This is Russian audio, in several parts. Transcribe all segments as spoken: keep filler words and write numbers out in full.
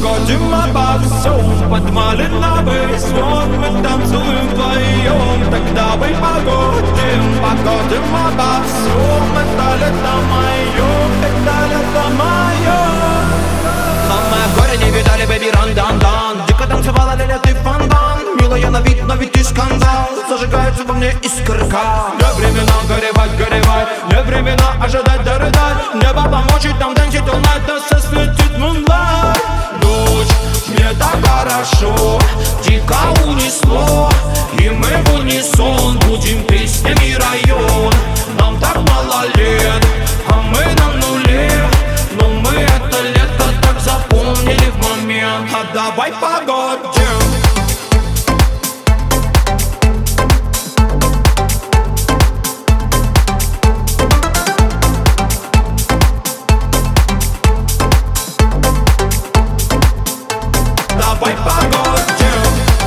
Погодим обо всем, подмаленный звон. Мы танцуем вдвоем, тогда мы погодим. Погодим обо всем, это лето мое, это лето мое. Мама, горе не видали, бэби, ран-дан-дан. Дико танцевала Леля, ты фонтан. Милая на вид, но ведь ты скандал. Зажигается во мне искорка. Не времена горевать, горевать. Не времена ожидать, дорыдать. Небо помочит нам танцить all night, да сосветит moonlight. Ночь, мне так хорошо, дико унесло. И мы в унисон будем песнями район. Нам так мало лет, а мы на нуле. Но мы это лето так запомнили в момент. А давай погодим. Давай погодим.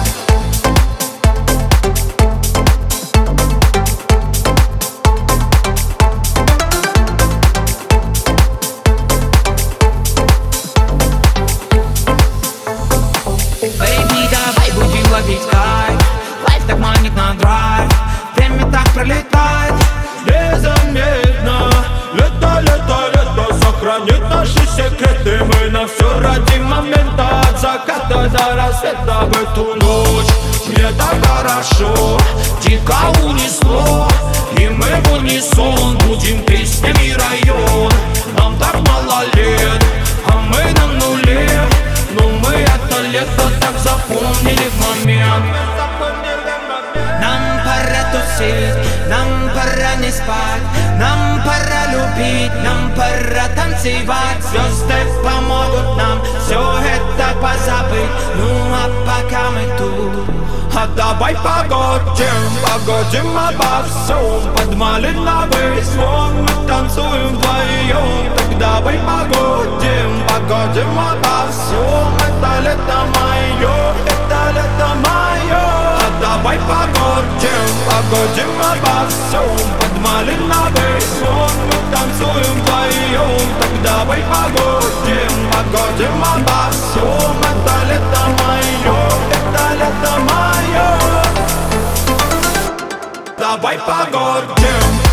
Baby, давай будем ловить кайф. Лайф так манит на драйв. Время так пролетает Незаметно. Лето, лето, лето сохранит наши секреты. Мы на все ради момента. От заката до рассвета в эту ночь. Мне так хорошо, дико унесло. И мы в унисон будем песнями район. Нам так мало лет, а мы на нуле. Но мы это лето так запомнили в момент. Нам пора тусить, нам пора не спать. Нам пора любить, нам пора танцевать. Звезды помогут нам все это позабыть. Ну а пока мы тут, а давай погодим, погодим обо всем. Подмаленный звон, мы танцуем вдвоем. Тогда давай погодим, погодим обо всем. Это лето мое, это лето мое. А давай погодим, погодим обо всем. Подмаленный звон, мы танцуем вдвоем. Тогда давай погодим, погодим обо всем. Это лето мое, это лето мое. Давай погодим.